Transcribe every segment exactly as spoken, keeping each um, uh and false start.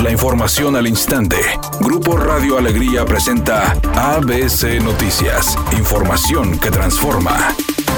La información al instante. Grupo Radio Alegría presenta A B C Noticias. Información que transforma.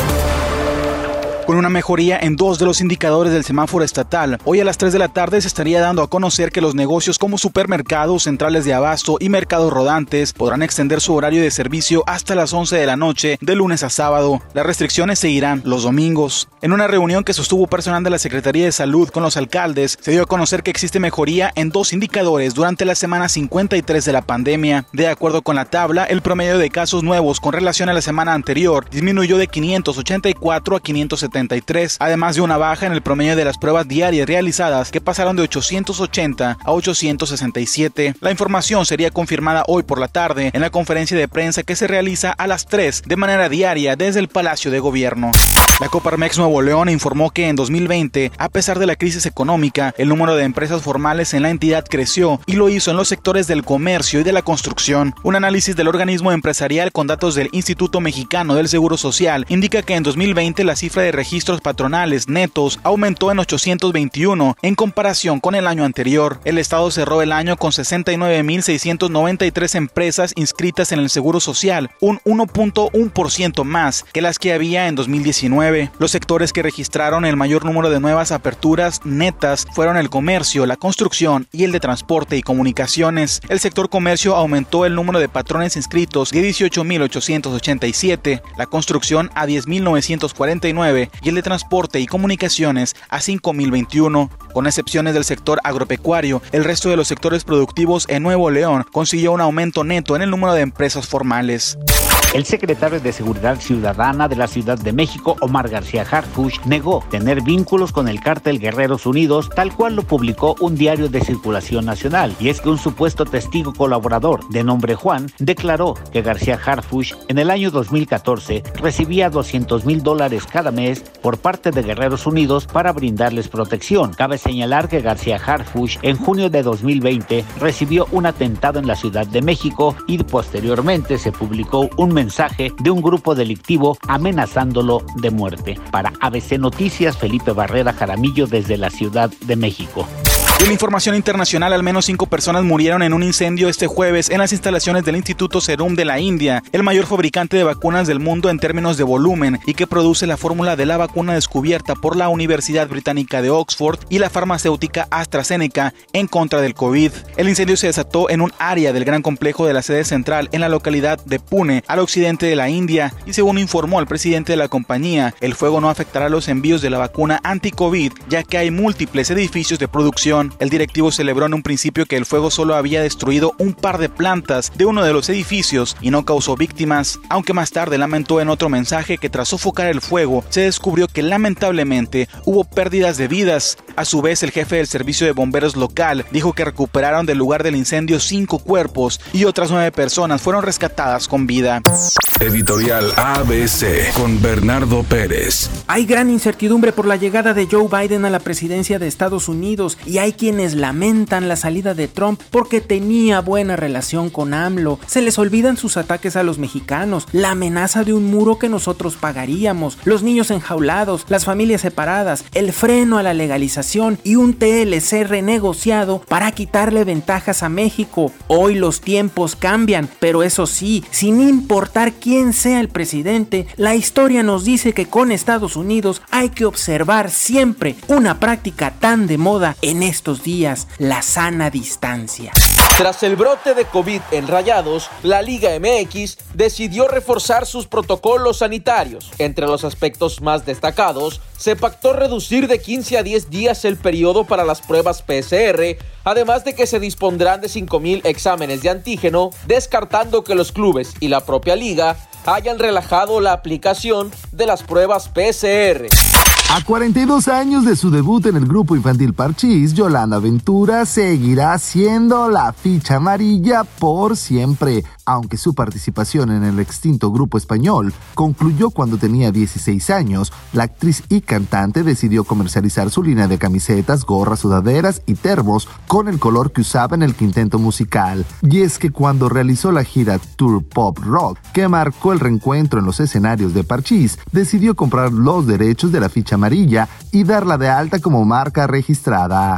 Con una mejoría en dos de los indicadores del semáforo estatal, hoy a las tres de la tarde se estaría dando a conocer que los negocios como supermercados, centrales de abasto y mercados rodantes podrán extender su horario de servicio hasta las once de la noche de lunes a sábado. Las restricciones seguirán los domingos. En una reunión que sostuvo personal de la Secretaría de Salud con los alcaldes, se dio a conocer que existe mejoría en dos indicadores durante la semana cincuenta y tres de la pandemia. De acuerdo con la tabla, el promedio de casos nuevos con relación a la semana anterior disminuyó de quinientos ochenta y cuatro a quinientos setenta y tres, además de una baja en el promedio de las pruebas diarias realizadas que pasaron de ochocientos ochenta a ochocientos sesenta y siete. La información sería confirmada hoy por la tarde en la conferencia de prensa que se realiza a las tres de manera diaria desde el Palacio de Gobierno. La Coparmex Nuevo León informó que en dos mil veinte, a pesar de la crisis económica, el número de empresas formales en la entidad creció y lo hizo en los sectores del comercio y de la construcción. Un análisis del organismo empresarial con datos del Instituto Mexicano del Seguro Social indica que en dos mil veinte la cifra de registros patronales netos aumentó en ochocientos veintiuno en comparación con el año anterior. El estado cerró el año con sesenta y nueve mil seiscientos noventa y tres empresas inscritas en el Seguro Social, un uno punto uno por ciento más que las que había en dos mil diecinueve. Los sectores que registraron el mayor número de nuevas aperturas netas fueron el comercio, la construcción y el de transporte y comunicaciones. El sector comercio aumentó el número de patrones inscritos de dieciocho mil ochocientos ochenta y siete, la construcción a diez mil novecientos cuarenta y nueve y el de transporte y comunicaciones a cinco mil veintiuno. Con excepciones del sector agropecuario, el resto de los sectores productivos en Nuevo León consiguió un aumento neto en el número de empresas formales. El secretario de Seguridad Ciudadana de la Ciudad de México, Omar García Harfuch, negó tener vínculos con el cártel Guerreros Unidos, tal cual lo publicó un diario de circulación nacional. Y es que un supuesto testigo colaborador de nombre Juan declaró que García Harfuch en el año dos mil catorce recibía doscientos mil dólares cada mes por parte de Guerreros Unidos para brindarles protección. Cabe señalar que García Harfuch en junio de dos mil veinte recibió un atentado en la Ciudad de México y posteriormente se publicó un mensaje mensaje de un grupo delictivo amenazándolo de muerte. Para A B C Noticias, Felipe Barrera Jaramillo desde la Ciudad de México. En información internacional, al menos cinco personas murieron en un incendio este jueves en las instalaciones del Instituto Serum de la India, el mayor fabricante de vacunas del mundo en términos de volumen y que produce la fórmula de la vacuna descubierta por la Universidad Británica de Oxford y la farmacéutica AstraZeneca en contra del COVID. El incendio se desató en un área del gran complejo de la sede central en la localidad de Pune, al occidente de la India, y según informó el presidente de la compañía, el fuego no afectará los envíos de la vacuna anti-COVID, ya que hay múltiples edificios de producción. El directivo celebró en un principio que el fuego solo había destruido un par de plantas de uno de los edificios y no causó víctimas, aunque más tarde lamentó en otro mensaje que tras sofocar el fuego se descubrió que lamentablemente hubo pérdidas de vidas. A su vez, el jefe del servicio de bomberos local dijo que recuperaron del lugar del incendio cinco cuerpos y otras nueve personas fueron rescatadas con vida. Editorial A B C con Bernardo Pérez. Hay gran incertidumbre por la llegada de Joe Biden a la presidencia de Estados Unidos y hay quienes lamentan la salida de Trump porque tenía buena relación con AMLO. Se les olvidan sus ataques a los mexicanos, la amenaza de un muro que nosotros pagaríamos, los niños enjaulados, las familias separadas, el freno a la legalización y un T L C renegociado para quitarle ventajas a México. Hoy los tiempos cambian, pero eso sí, sin importar quién sea el presidente, la historia nos dice que con Estados Unidos hay que observar siempre una práctica tan de moda en estos días, la sana distancia. Tras el brote de COVID en Rayados, la Liga M X decidió reforzar sus protocolos sanitarios. Entre los aspectos más destacados, se pactó reducir de quince a diez días el periodo para las pruebas P C R, además de que se dispondrán de cinco mil exámenes de antígeno, descartando que los clubes y la propia liga hayan relajado la aplicación de las pruebas P C R. A cuarenta y dos años de su debut en el grupo infantil Parchís, Yolanda Ventura seguirá siendo la ficha amarilla por siempre, aunque su participación en el extinto grupo español concluyó cuando tenía dieciséis años. La actriz y cantante decidió comercializar su línea de camisetas, gorras, sudaderas y termos con el color que usaba en el quinteto musical. Y es que cuando realizó la gira Tour Pop Rock, que marcó el reencuentro en los escenarios de Parchís, decidió comprar los derechos de la ficha amarilla y darla de alta como marca registrada.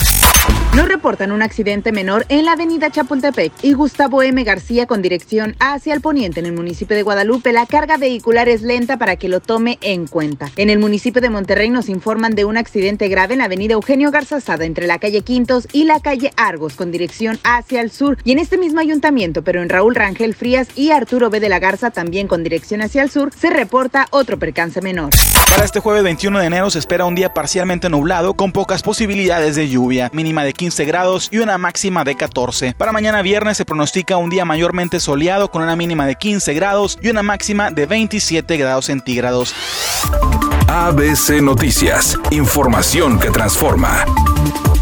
Nos reportan un accidente menor en la avenida Chapultepec y Gustavo M. García con dirección hacia el poniente en el municipio de Guadalupe. La carga vehicular es lenta para que lo tome en cuenta. En el municipio de Monterrey nos informan de un accidente grave en la avenida Eugenio Garzazada entre la calle Quintos y la calle Argos con dirección hacia el sur. Y en este mismo ayuntamiento, pero en Raúl Rangel Frías y Arturo B. de la Garza también con dirección hacia el sur, se reporta otro percance menor. Para este jueves veintiuno de enero se espera un día parcialmente nublado con pocas posibilidades de lluvia, mínima de quince grados y una máxima de catorce. Para mañana viernes se pronostica un día mayormente soleado con una mínima de quince grados y una máxima de veintisiete grados centígrados. A B C Noticias, información que transforma.